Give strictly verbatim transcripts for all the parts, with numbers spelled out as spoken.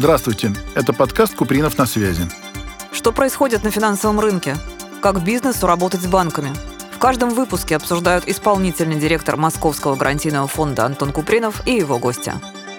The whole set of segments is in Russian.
Здравствуйте, это подкаст «Купринов на связи». Что происходит на финансовом рынке? Как бизнесу работать с банками? В каждом выпуске обсуждают исполнительный директор Московского гарантийного фонда Антон Купринов и его гости.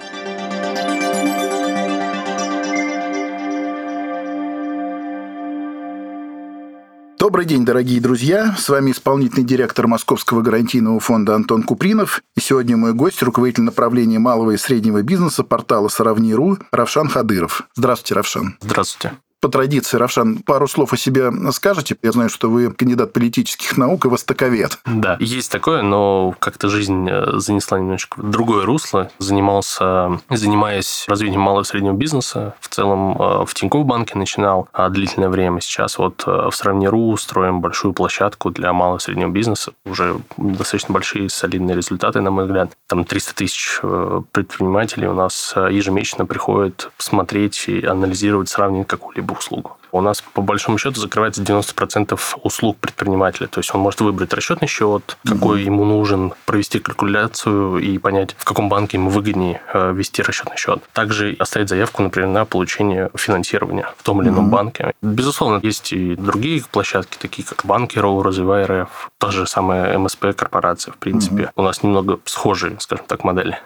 Добрый день, дорогие друзья. С вами исполнительный директор Московского гарантийного фонда Антон Купринов. И сегодня мой гость, руководитель направления малого и среднего бизнеса портала Сравни.ру Равшан Хадыров. Здравствуйте, Равшан. Здравствуйте. По традиции, Равшан, пару слов о себе скажете? Я знаю, что вы кандидат политических наук и востоковед. Да, есть такое, но как-то жизнь занесла немножечко в другое русло. Занимался, занимаясь развитием малого и среднего бизнеса. В целом в Тинькофф банке начинал длительное время. Сейчас вот в Сравни.ру строим большую площадку для малого и среднего бизнеса. Уже достаточно большие солидные результаты, на мой взгляд. Там триста тысяч предпринимателей у нас ежемесячно приходят смотреть и анализировать, сравнивать какую-либо услугу. У нас, по большому счету, закрывается девяносто процентов услуг предпринимателя. То есть он может выбрать расчетный счет, какой mm-hmm. ему нужен, провести калькуляцию и понять, в каком банке ему выгоднее ввести расчетный счет. Также оставить заявку, например, на получение финансирования в том или ином mm-hmm. банке. Безусловно, есть и другие площадки, такие как Банки.ру, Развивай.рф, та же самая эм эс пэ корпорация, в принципе. Mm-hmm. У нас немного схожие, скажем так, модели.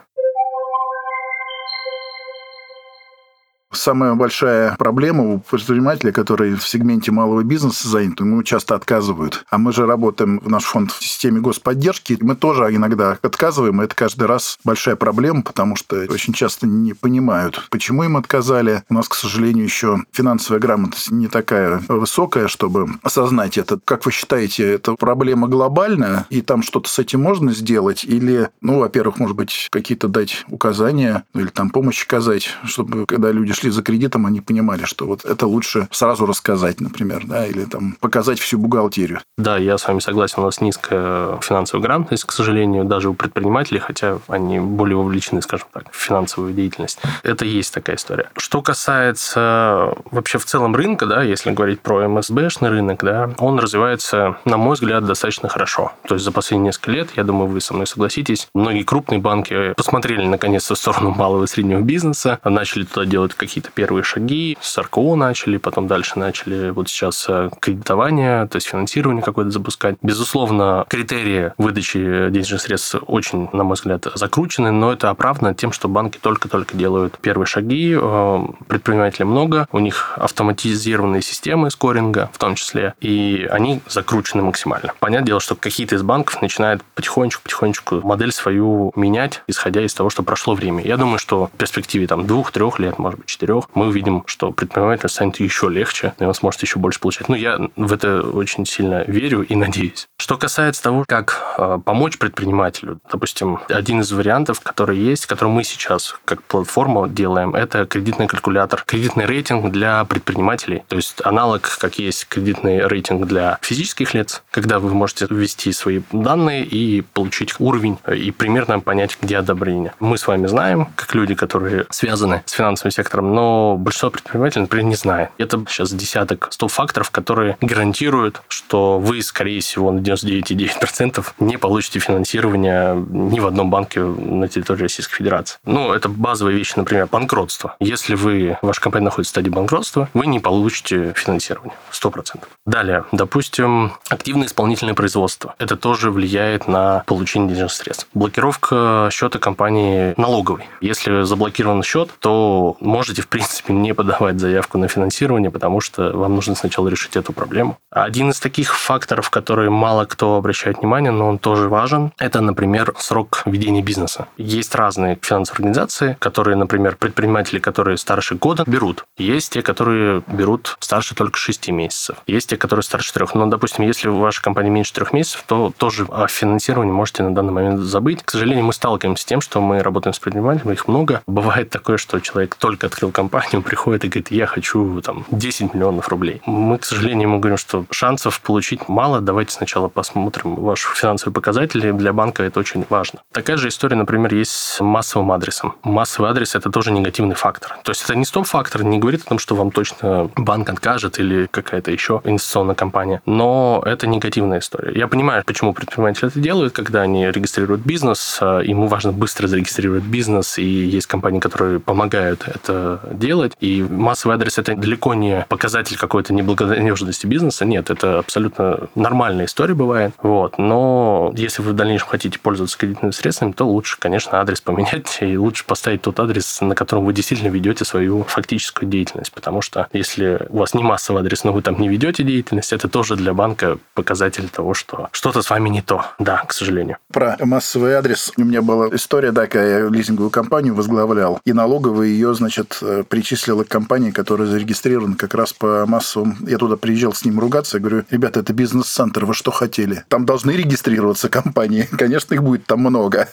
Самая большая проблема у предпринимателя, который в сегменте малого бизнеса занят, ему часто отказывают. А мы же работаем в наш фонд в системе господдержки, мы тоже иногда отказываем, и это каждый раз большая проблема, потому что очень часто не понимают, почему им отказали. У нас, к сожалению, еще финансовая грамотность не такая высокая, чтобы осознать это. Как вы считаете, это проблема глобальная, и там что-то с этим можно сделать? Или, ну, во-первых, может быть, какие-то дать указания, или там помощь оказать, чтобы когда люди шли за кредитом, они понимали, что вот это лучше сразу рассказать, например, да, или там показать всю бухгалтерию. Да, я с вами согласен, у нас низкая финансовая грамотность, к сожалению, даже у предпринимателей, хотя они более вовлечены, скажем так, в финансовую деятельность. Это есть такая история. Что касается вообще в целом рынка, да, если говорить про эм эс бэ-шный рынок, да, он развивается, на мой взгляд, достаточно хорошо. То есть за последние несколько лет, я думаю, вы со мной согласитесь, многие крупные банки посмотрели наконец-то в сторону малого и среднего бизнеса, начали туда делать какие-то первые шаги, с эр ка о начали, потом дальше начали вот сейчас кредитование, то есть финансирование какое-то запускать. Безусловно, критерии выдачи денежных средств очень, на мой взгляд, закручены, но это оправдано тем, что банки только-только делают первые шаги, предпринимателей много, у них автоматизированные системы скоринга в том числе, и они закручены максимально. Понятное дело, что какие-то из банков начинают потихонечку-потихонечку модель свою менять, исходя из того, что прошло время. Я думаю, что в перспективе там двух-трех лет, может быть, четырех, мы увидим, что предприниматель станет еще легче, и он сможет еще больше получать. Ну, я в это очень сильно верю и надеюсь. Что касается того, как э, помочь предпринимателю, допустим, один из вариантов, который есть, который мы сейчас как платформа делаем, это кредитный калькулятор, кредитный рейтинг для предпринимателей. То есть аналог, как есть кредитный рейтинг для физических лиц, когда вы можете ввести свои данные и получить уровень и примерно понять, где одобрение. Мы с вами знаем, как люди, которые связаны с финансовым сектором, но большинство предпринимателей, например, не знает. Это сейчас десяток, сто факторов, которые гарантируют, что вы, скорее всего, на девяносто девять целых девять десятых процента не получите финансирование ни в одном банке на территории Российской Федерации. Ну, это базовые вещи, например, банкротство. Если вы, ваша компания находится в стадии банкротства, вы не получите финансирование сто процентов. Далее, допустим, активное исполнительное производство. Это тоже влияет на получение денежных средств. Блокировка счета компании налоговой. Если заблокирован счет, то можете, в принципе, не подавать заявку на финансирование, потому что вам нужно сначала решить эту проблему. Один из таких факторов, которые мало кто обращает внимание, но он тоже важен, это, например, срок ведения бизнеса. Есть разные финансовые организации, которые, например, предприниматели, которые старше года, берут. Есть те, которые берут старше только шести месяцев. Есть те, которые старше трех. Но, допустим, если ваша компания меньше трех месяцев, то тоже о финансировании можете на данный момент забыть. К сожалению, мы сталкиваемся с тем, что мы работаем с предпринимателями, их много. Бывает такое, что человек только открыл компанию, приходит и говорит, я хочу там десять миллионов рублей. Мы, к сожалению, ему говорим, что шансов получить мало, давайте сначала посмотрим ваши финансовые показатели. Для банка это очень важно. Такая же история, например, есть с массовым адресом. Массовый адрес – это тоже негативный фактор. То есть это не стоп-фактор, не говорит о том, что вам точно банк откажет или какая-то еще инвестиционная компания, но это негативная история. Я понимаю, почему предприниматели это делают, когда они регистрируют бизнес, ему важно быстро зарегистрировать бизнес, и есть компании, которые помогают это это делать. И массовый адрес – это далеко не показатель какой-то неблагонадежности бизнеса. Нет, это абсолютно нормальная история бывает. Вот. Но если вы в дальнейшем хотите пользоваться кредитными средствами, то лучше, конечно, адрес поменять и лучше поставить тот адрес, на котором вы действительно ведете свою фактическую деятельность. Потому что если у вас не массовый адрес, но вы там не ведете деятельность, это тоже для банка показатель того, что что-то с вами не то. Да, к сожалению. Про массовый адрес у меня была история, да, когда я лизинговую компанию возглавлял, и налоговая ее, значит, причислила к компании, которая зарегистрирована как раз по массовым. Я туда приезжал с ним ругаться, я говорю: ребята, это бизнес-центр, вы что хотели? Там должны регистрироваться компании. Конечно, их будет там много.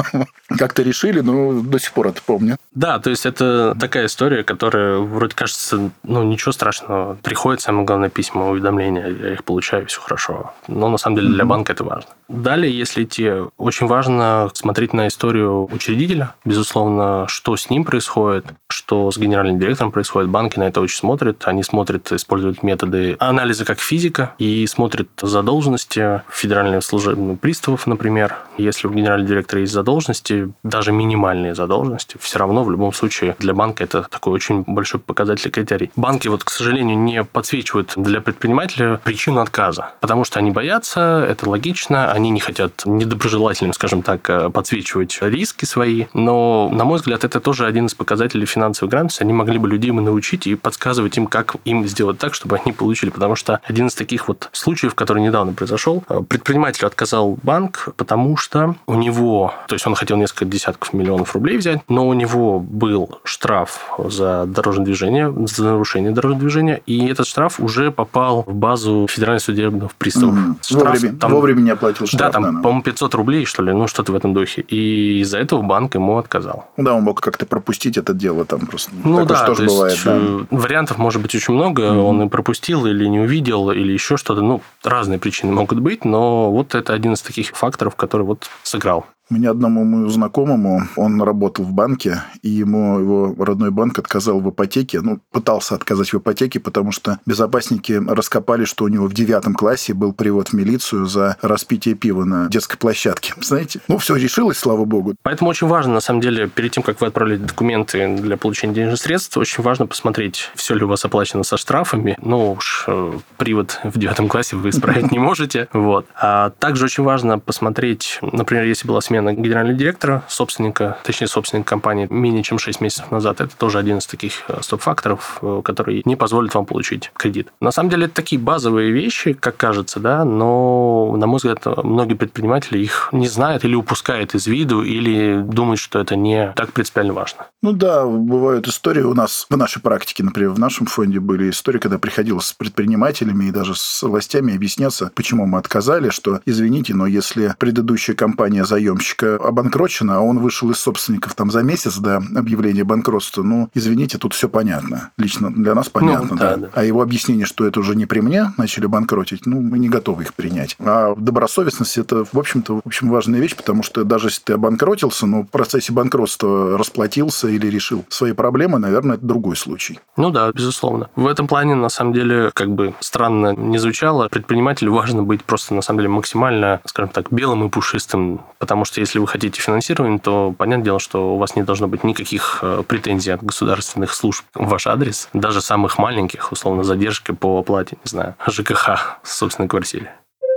Как-то решили, но до сих пор это помню. Да, то есть это такая история, которая вроде кажется, ну, ничего страшного. Приходят, самое главное, письма, уведомления, я их получаю, все хорошо. Но на самом деле для банка это важно. Далее, если идти, очень важно смотреть на историю учредителя. Безусловно, что с ним происходит, что с генеральным директором происходит. Банки на это очень смотрят. Они смотрят, используют методы анализа как физика и смотрят задолженности федеральных служебных приставов, например. Если у генерального директора есть задолженности, даже минимальные задолженности, все равно в любом случае для банка это такой очень большой показатель, критерий. Банки, вот, к сожалению, не подсвечивают для предпринимателя причину отказа, потому что они боятся, это логично, они не хотят недоброжелательным, скажем так, подсвечивать риски свои, но, на мой взгляд, это тоже один из показателей финансовой грамотности. Они могли бы людей научить и подсказывать им, как им сделать так, чтобы они получили, потому что один из таких вот случаев, который недавно произошел, предпринимателю отказал банк, потому что у него, то есть он хотел несколько десятков миллионов рублей взять, но у него был штраф за дорожное движение, за нарушение дорожного движения, и этот штраф уже попал в базу федеральных судебных приставов. Mm-hmm. Штраф, вовремя, там, вовремя не оплатил штраф. Да, там, да, по-моему, пятьсот рублей, что ли, ну, что-то в этом духе. И из-за этого банк ему отказал. Да, он мог как-то пропустить это дело там просто. Ну Такое да, тоже то бывает. есть, Да. Вариантов может быть очень много. Mm-hmm. Он и пропустил, или не увидел, или еще что-то. Ну, разные причины могут быть, но вот это один из таких факторов, который вот сыграл. У меня одному моему знакомому, он работал в банке, и ему его родной банк отказал в ипотеке. Ну, пытался отказать в ипотеке, потому что безопасники раскопали, что у него в девятом классе был привод в милицию за распитие пива на детской площадке. Знаете? Ну, все решилось, слава богу. Поэтому очень важно, на самом деле, перед тем, как вы отправляете документы для получения денежных средств, очень важно посмотреть, все ли у вас оплачено со штрафами. Ну, уж привод в девятом классе вы исправить не можете. Вот. А также очень важно посмотреть, например, если была смена генерального директора, собственника, точнее, собственника компании менее чем шесть месяцев назад. Это тоже один из таких стоп-факторов, который не позволит вам получить кредит. На самом деле, это такие базовые вещи, как кажется, да, но, на мой взгляд, многие предприниматели их не знают или упускают из виду, или думают, что это не так принципиально важно. Ну да, бывают истории у нас в нашей практике, например, в нашем фонде были истории, когда приходилось с предпринимателями и даже с властями объясняться, почему мы отказали, что, извините, но если предыдущая компания-заемщика обанкрочена, а он вышел из собственников там за месяц до объявления банкротства, ну, извините, тут все понятно. Лично для нас понятно, ну, да, да. Да. А его объяснение, что это уже не при мне начали банкротить, ну, мы не готовы их принять. А добросовестность – это, в общем-то, в общем, важная вещь, потому что даже если ты обанкротился, но в процессе банкротства расплатился или решил свои проблемы, наверное, это другой случай. Ну да, безусловно. В этом плане, на самом деле, как бы странно не звучало, предпринимателю важно быть просто, на самом деле, максимально, скажем так, белым и пушистым, потому что если вы хотите финансирование, то, понятное дело, что у вас не должно быть никаких претензий от государственных служб в ваш адрес, даже самых маленьких, условно, задержки по оплате, не знаю, ЖКХ в собственной квартире.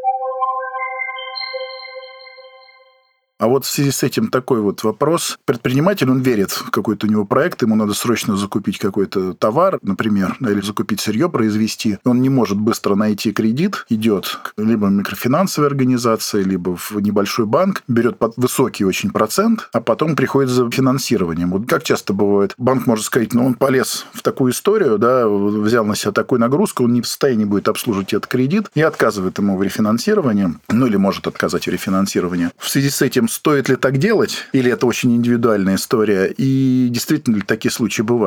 А вот в связи с этим такой вот вопрос. Предприниматель, он верит в какой-то у него проект, ему надо срочно закупить какой-то товар, например, или закупить сырье, произвести. Он не может быстро найти кредит, идет либо в микрофинансовую организацию, либо в небольшой банк, берет под высокий очень процент, а потом приходит за финансированием. Вот как часто бывает, банк может сказать, ну, он полез в такую историю, да, взял на себя такую нагрузку, он не в состоянии будет обслуживать этот кредит и отказывает ему в рефинансировании, ну, или может отказать в рефинансировании. В связи с этим стоит ли так делать, или это очень индивидуальная история, и действительно ли такие случаи бывают?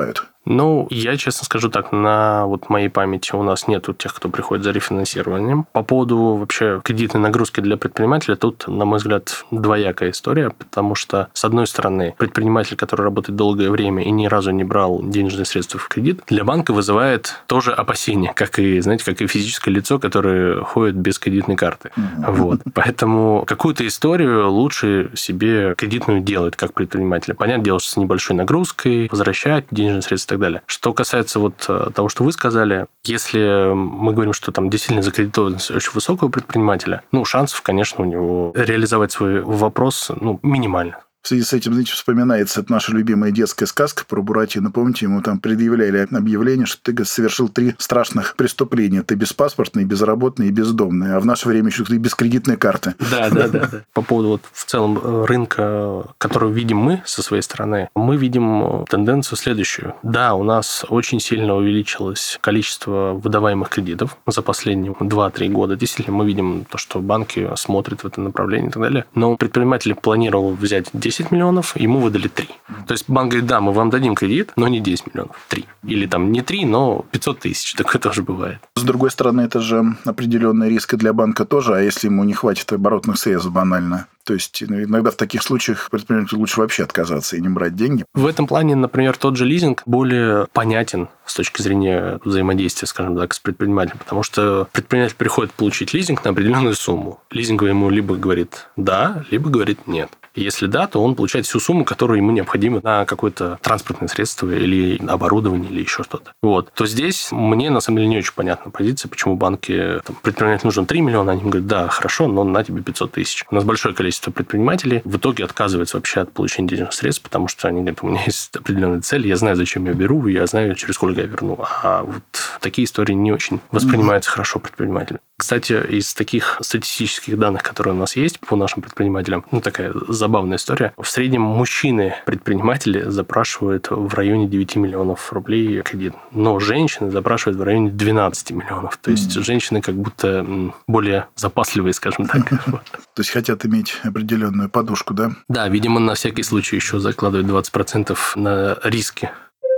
Ну, я честно скажу так, на вот моей памяти у нас нету тех, кто приходит за рефинансированием. По поводу вообще кредитной нагрузки для предпринимателя, тут, на мой взгляд, двоякая история, потому что, с одной стороны, предприниматель, который работает долгое время и ни разу не брал денежные средства в кредит, для банка вызывает тоже опасения, как и, знаете, как и физическое лицо, которое ходит без кредитной карты. Mm-hmm. Вот. Поэтому какую-то историю лучше себе кредитную делать как предприниматель. Понятное дело, что с небольшой нагрузкой, возвращать денежные средства и так далее. Что касается вот того, что вы сказали, если мы говорим, что там действительно закредитованность очень высокого предпринимателя, ну, шансов, конечно, у него реализовать свой вопрос, ну, минимально. В связи с этим, знаете, вспоминается это наша любимая детская сказка про Буратино. Помните, ему там предъявляли объявление, что ты совершил три страшных преступления. Ты беспаспортный, безработный и бездомный. А в наше время еще ты без кредитной карты. Да, да, да. По поводу вот в целом рынка, который видим мы со своей стороны, мы видим тенденцию следующую. Да, у нас очень сильно увеличилось количество выдаваемых кредитов за последние два-три года. Действительно, мы видим то, что банки смотрят в это направление и так далее. Но предприниматель планировал взять десять миллионов, ему выдали три. То есть банк говорит, да, мы вам дадим кредит, но не десять миллионов, три. Или там не три, но пятьсот тысяч. Такое тоже бывает. С другой стороны, это же определенный риск и для банка тоже, а если ему не хватит оборотных средств банально? То есть иногда в таких случаях предпринимателю лучше вообще отказаться и не брать деньги. В этом плане, например, тот же лизинг более понятен с точки зрения взаимодействия, скажем так, с предпринимателем, потому что предприниматель приходит получить лизинг на определенную сумму. Лизинговый ему либо говорит «да», либо говорит «нет». Если да, то он получает всю сумму, которая ему необходима на какое-то транспортное средство или оборудование, или еще что-то. Вот. То здесь мне, на самом деле, не очень понятна позиция, почему банки, там, предпринимателю нужно три миллиона, они говорят, да, хорошо, но на тебе пятьсот тысяч. У нас большое количество предпринимателей в итоге отказывается вообще от получения денежных средств, потому что они говорят, у меня есть определенная цель, я знаю, зачем я беру, я знаю, через сколько я верну. А вот такие истории не очень воспринимаются mm-hmm. хорошо предпринимателями. Кстати, из таких статистических данных, которые у нас есть по нашим предпринимателям, ну, такая забавная история. В среднем мужчины-предприниматели запрашивают в районе девять миллионов рублей кредит, но женщины запрашивают в районе двенадцать миллионов. То есть, mm-hmm. женщины как будто более запасливые, скажем так. То есть, хотят иметь определенную подушку, да? Да, видимо, на всякий случай еще закладывают двадцать процентов на риски.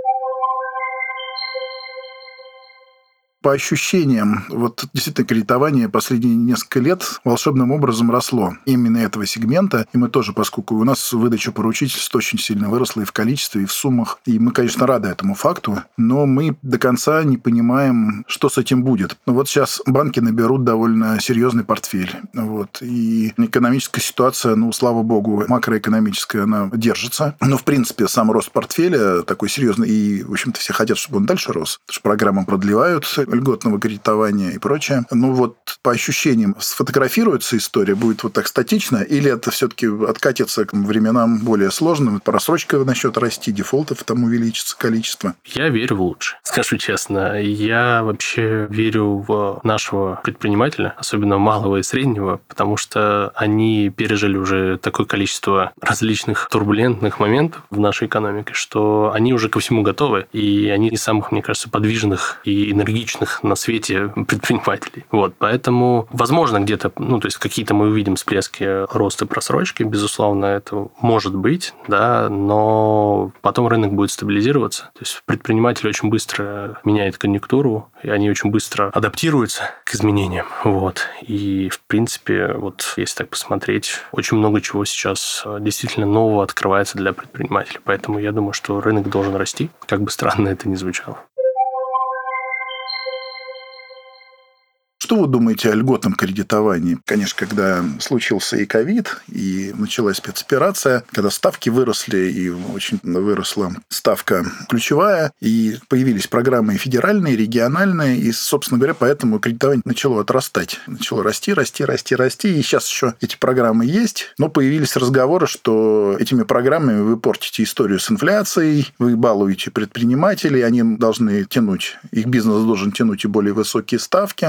По ощущениям, вот действительно кредитование последние несколько лет волшебным образом росло именно этого сегмента. И мы тоже, поскольку у нас выдача поручительств очень сильно выросла и в количестве, и в суммах. И мы, конечно, рады этому факту, но мы до конца не понимаем, что с этим будет. Ну, вот сейчас банки наберут довольно серьезный портфель. Вот. И экономическая ситуация, ну, слава богу, макроэкономическая, она держится. Но, в принципе, сам рост портфеля такой серьезный. И, в общем-то, все хотят, чтобы он дальше рос. Потому что программы продлевают льготного кредитования и прочее. Ну вот по ощущениям сфотографируется история, будет вот так статично, или это все-таки откатится к временам более сложным, просрочка начнет расти, дефолтов там увеличится количество? Я верю в лучшее, скажу честно. Я вообще верю в нашего предпринимателя, особенно малого и среднего, потому что они пережили уже такое количество различных турбулентных моментов в нашей экономике, что они уже ко всему готовы, и они из самых, мне кажется, подвижных и энергичных на свете предпринимателей. Вот, поэтому, возможно, где-то, ну, то есть какие-то мы увидим всплески роста просрочки, безусловно, это может быть, да, но потом рынок будет стабилизироваться. То есть предприниматель очень быстро меняет конъюнктуру, и они очень быстро адаптируются к изменениям. Вот. И, в принципе, вот если так посмотреть, очень много чего сейчас действительно нового открывается для предпринимателей. Поэтому я думаю, что рынок должен расти, как бы странно это ни звучало. Что вы думаете о льготном кредитовании? Конечно, когда случился и ковид, и началась спецоперация, когда ставки выросли, и очень выросла ставка ключевая, и появились программы и федеральные, и региональные, и, собственно говоря, поэтому кредитование начало отрастать. Начало расти, расти, расти, расти, и сейчас еще эти программы есть, но появились разговоры, что этими программами вы портите историю с инфляцией, вы балуете предпринимателей, они должны тянуть, их бизнес должен тянуть и более высокие ставки. Но вот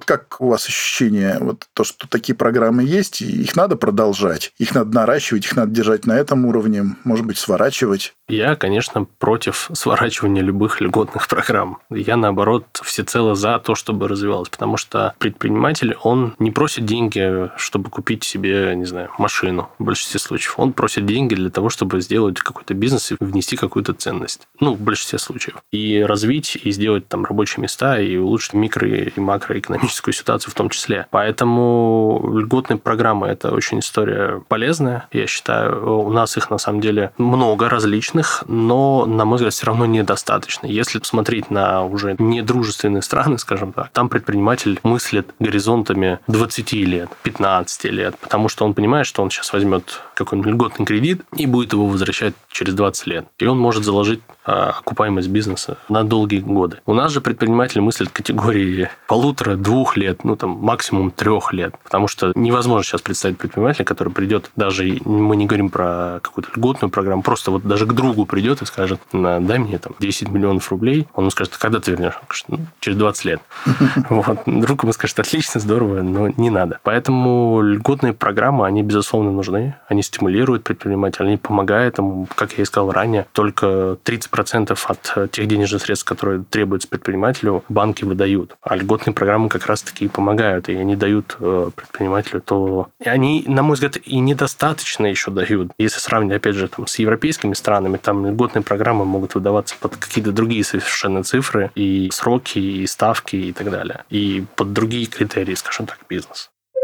как у вас ощущение, вот то, что такие программы есть, и их надо продолжать, их надо наращивать, их надо держать на этом уровне, может быть, сворачивать? Я, конечно, против сворачивания любых льготных программ. Я, наоборот, всецело за то, чтобы развивалось, потому что предприниматель, он не просит деньги, чтобы купить себе, не знаю, машину в большинстве случаев. Он просит деньги для того, чтобы сделать какой-то бизнес и внести какую-то ценность. Ну, в большинстве случаев. И развить, и сделать там рабочие места, и улучшить микро- и макроэкономическую ситуацию в том числе. Поэтому льготные программы – это очень история полезная. Я считаю, у нас их, на самом деле, много различных, но, на мой взгляд, все равно недостаточно. Если посмотреть на уже недружественные страны, скажем так, там предприниматель мыслит горизонтами двадцати лет, пятнадцати лет, потому что он понимает, что он сейчас возьмет какой-нибудь льготный кредит и будет его возвращать через двадцать лет. И он может заложить а, окупаемость бизнеса на долгие годы. У нас же предприниматели мыслят категории полутора-двух лет, ну там максимум трех лет, потому что невозможно сейчас представить предпринимателя, который придет, даже мы не говорим про какую-то льготную программу, просто вот даже к другу придет и скажет: дай мне там десять миллионов рублей. Он ему скажет: когда ты вернешь? Он скажет: ну, через двадцать лет. Вот. Друг ему скажет: отлично, здорово, но не надо. Поэтому льготные программы, они, безусловно, нужны. Они стимулируют предпринимателя, они помогают ему, как я и сказал ранее, только тридцать процентов от тех денежных средств, которые требуются предпринимателю, банки выдают. А льготные программы как раз-таки помогают, и они дают предпринимателю то... И они, на мой взгляд, и недостаточно еще дают. Если сравнивать, опять же, там, с европейскими странами, там льготные программы могут выдаваться под какие-то другие совершенно цифры, и сроки, и ставки, и так далее. И под другие критерии, скажем так, бизнеса.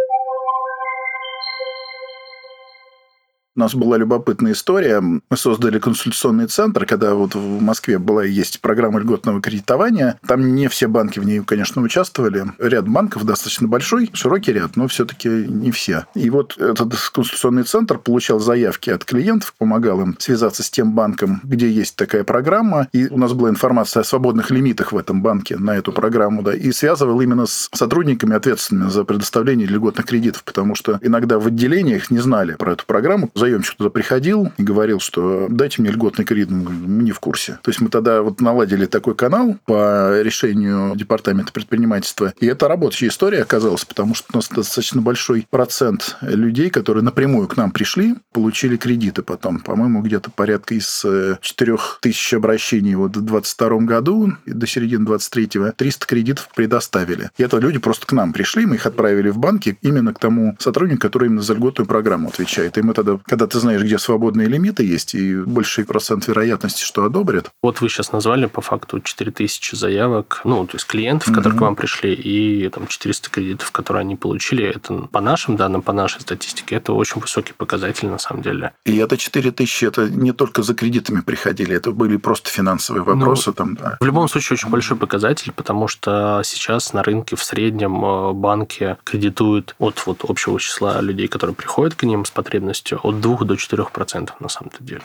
У нас была любопытная история. Мы создали консультационный центр, когда вот в Москве была и есть программа льготного кредитования. Там не все банки в ней, конечно, участвовали. Ряд банков достаточно большой, широкий ряд, но все-таки не все. И вот этот консультационный центр получал заявки от клиентов, помогал им связаться с тем банком, где есть такая программа. И у нас была информация о свободных лимитах в этом банке на эту программу, да, и связывал именно с сотрудниками, ответственными за предоставление льготных кредитов, потому что иногда в отделениях не знали про эту программу. Заемщик туда приходил и говорил, что дайте мне льготный кредит. Мы говорим: мы не в курсе. То есть мы тогда вот наладили такой канал по решению департамента предпринимательства. И это рабочая история оказалась, потому что у нас достаточно большой процент людей, которые напрямую к нам пришли, получили кредиты потом. По-моему, где-то порядка из четырех тысяч обращений вот в двадцать втором году и до середины двадцать третьего триста кредитов предоставили. И это люди просто к нам пришли, мы их отправили в банки именно к тому сотруднику, который именно за льготную программу отвечает. И мы тогда, когда ты знаешь, где свободные лимиты есть, и больший процент вероятности, что одобрят. Вот вы сейчас назвали по факту четыре тысячи заявок, ну, то есть клиентов, которые mm-hmm. к вам пришли, и там четыреста кредитов, которые они получили. Это по нашим данным, по нашей статистике, это очень высокий показатель на самом деле. И это четыре тысячи, это не только за кредитами приходили, это были просто финансовые вопросы. Ну, там, да. В любом случае, очень большой показатель, потому что сейчас на рынке в среднем банки кредитуют от вот общего числа людей, которые приходят к ним с потребностью, от двух до четырех процентов на самом-то деле.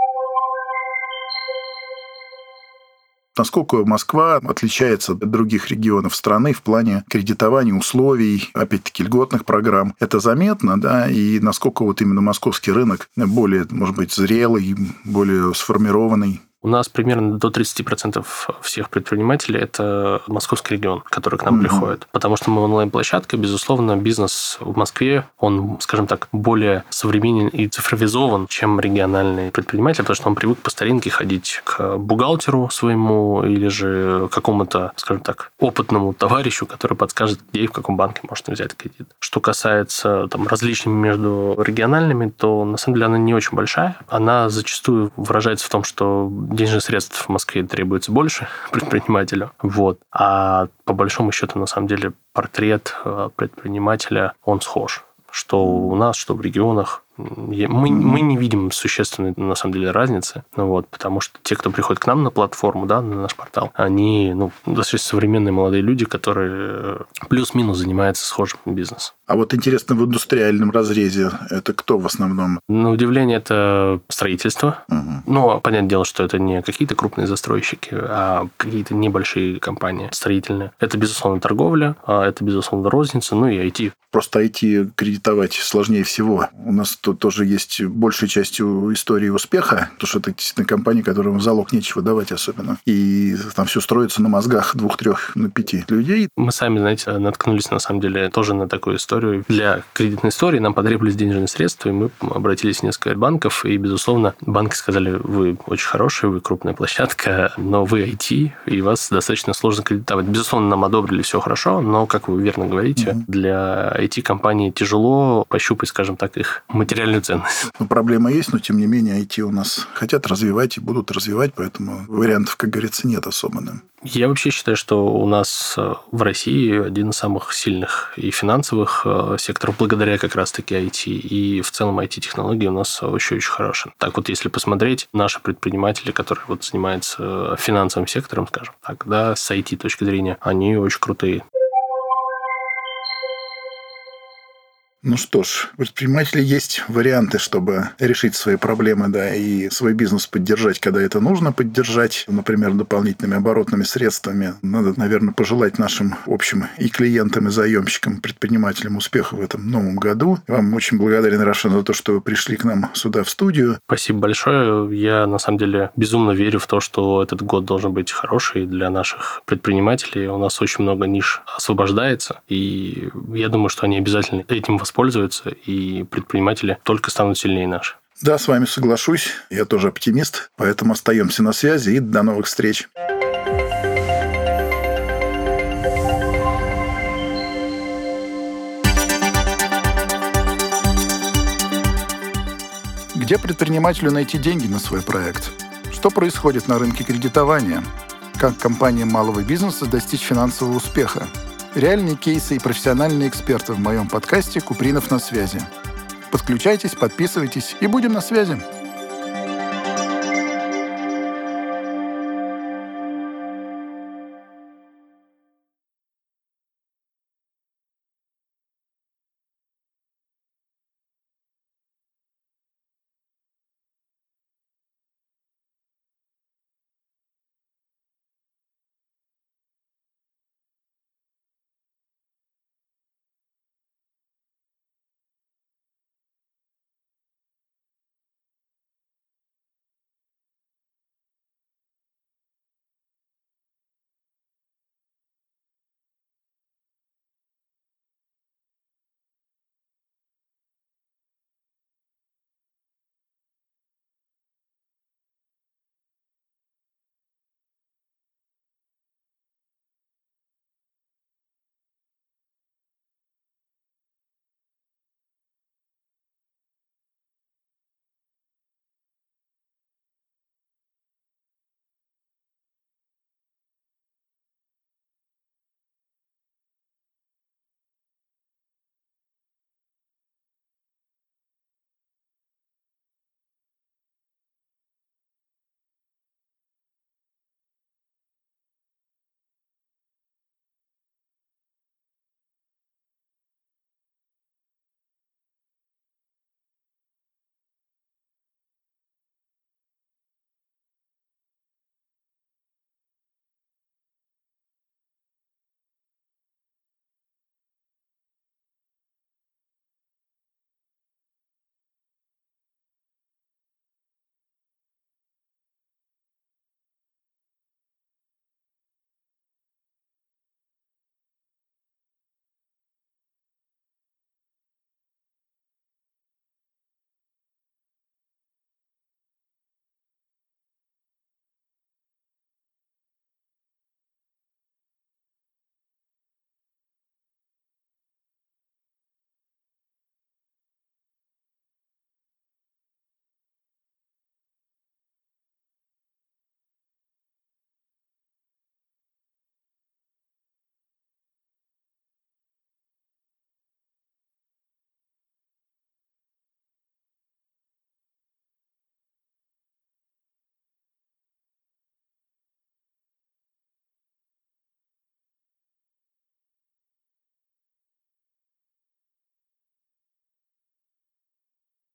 Насколько Москва отличается от других регионов страны в плане кредитования, условий, опять-таки, льготных программ? Это заметно, да? И насколько вот именно московский рынок более, может быть, зрелый, более сформированный? У нас примерно до тридцать процентов всех предпринимателей – это московский регион, который к нам mm-hmm. приходит. Потому что мы онлайн-площадка, безусловно, бизнес в Москве, он, скажем так, более современен и цифровизован, чем региональный предприниматель, потому что он привык по старинке ходить к бухгалтеру своему или же какому-то, скажем так, опытному товарищу, который подскажет, где и в каком банке можно взять кредит. Что касается там, различий между региональными, то, на самом деле, она не очень большая. Она зачастую выражается в том, что денежных средств в Москве требуется больше предпринимателю. Вот. А по большому счету, на самом деле, портрет предпринимателя, он схож. Что у нас, что в регионах. Мы, мы не видим существенной, на самом деле, разницы, вот, потому что те, кто приходит к нам на платформу, да, на наш портал, они ну, достаточно современные молодые люди, которые плюс-минус занимаются схожим бизнесом. А вот интересно, в индустриальном разрезе это кто в основном? На удивление, это строительство. Угу. Но, понятное дело, что это не какие-то крупные застройщики, а какие-то небольшие компании строительные. Это, безусловно, торговля, это, безусловно, розница, ну и ай ти. Просто ай ти кредитовать сложнее всего. У нас тут тоже есть большей частью истории успеха, потому что это действительно компания, которым в залог нечего давать особенно. И там все строится на мозгах двух-трех, на пяти людей. Мы сами, знаете, наткнулись, на самом деле, тоже на такую историю. Для кредитной истории нам потребовались денежные средства, и мы обратились в несколько банков, и, безусловно, банки сказали, вы очень хорошие, вы крупная площадка, но вы ай ти, и вас достаточно сложно кредитовать. Безусловно, нам одобрили все хорошо, но, как вы верно говорите, mm-hmm. для ай ти-компаний тяжело пощупать, скажем так, их материальную ценность. Ну, проблема есть, но, тем не менее, ай ти у нас хотят развивать и будут развивать, поэтому вариантов, как говорится, нет особо. Я вообще считаю, что у нас в России один из самых сильных и финансовых секторов, благодаря как раз-таки ай ти, и в целом ай ти-технологии у нас очень-очень хорошие. Так вот, если посмотреть, наши предприниматели, которые вот занимаются финансовым сектором, скажем так, да, с ай ти точки зрения, они очень крутые. Ну что ж, у предпринимателей есть варианты, чтобы решить свои проблемы, да, и свой бизнес поддержать, когда это нужно поддержать, например, дополнительными оборотными средствами. Надо, наверное, пожелать нашим общим и клиентам, и заемщикам, предпринимателям успеха в этом новом году. Вам очень благодарен, Рошен, за то, что вы пришли к нам сюда в студию. Спасибо большое. Я, на самом деле, безумно верю в то, что этот год должен быть хороший для наших предпринимателей. У нас очень много ниш освобождается, и я думаю, что они обязательно этим воспользуются, и предприниматели только станут сильнее наших. Да, с вами соглашусь. Я тоже оптимист, поэтому остаемся на связи и до новых встреч. Где предпринимателю найти деньги на свой проект? Что происходит на рынке кредитования? Как компаниям малого бизнеса достичь финансового успеха? Реальные кейсы и профессиональные эксперты в моем подкасте «Купринов на связи». Подключайтесь, подписывайтесь и будем на связи.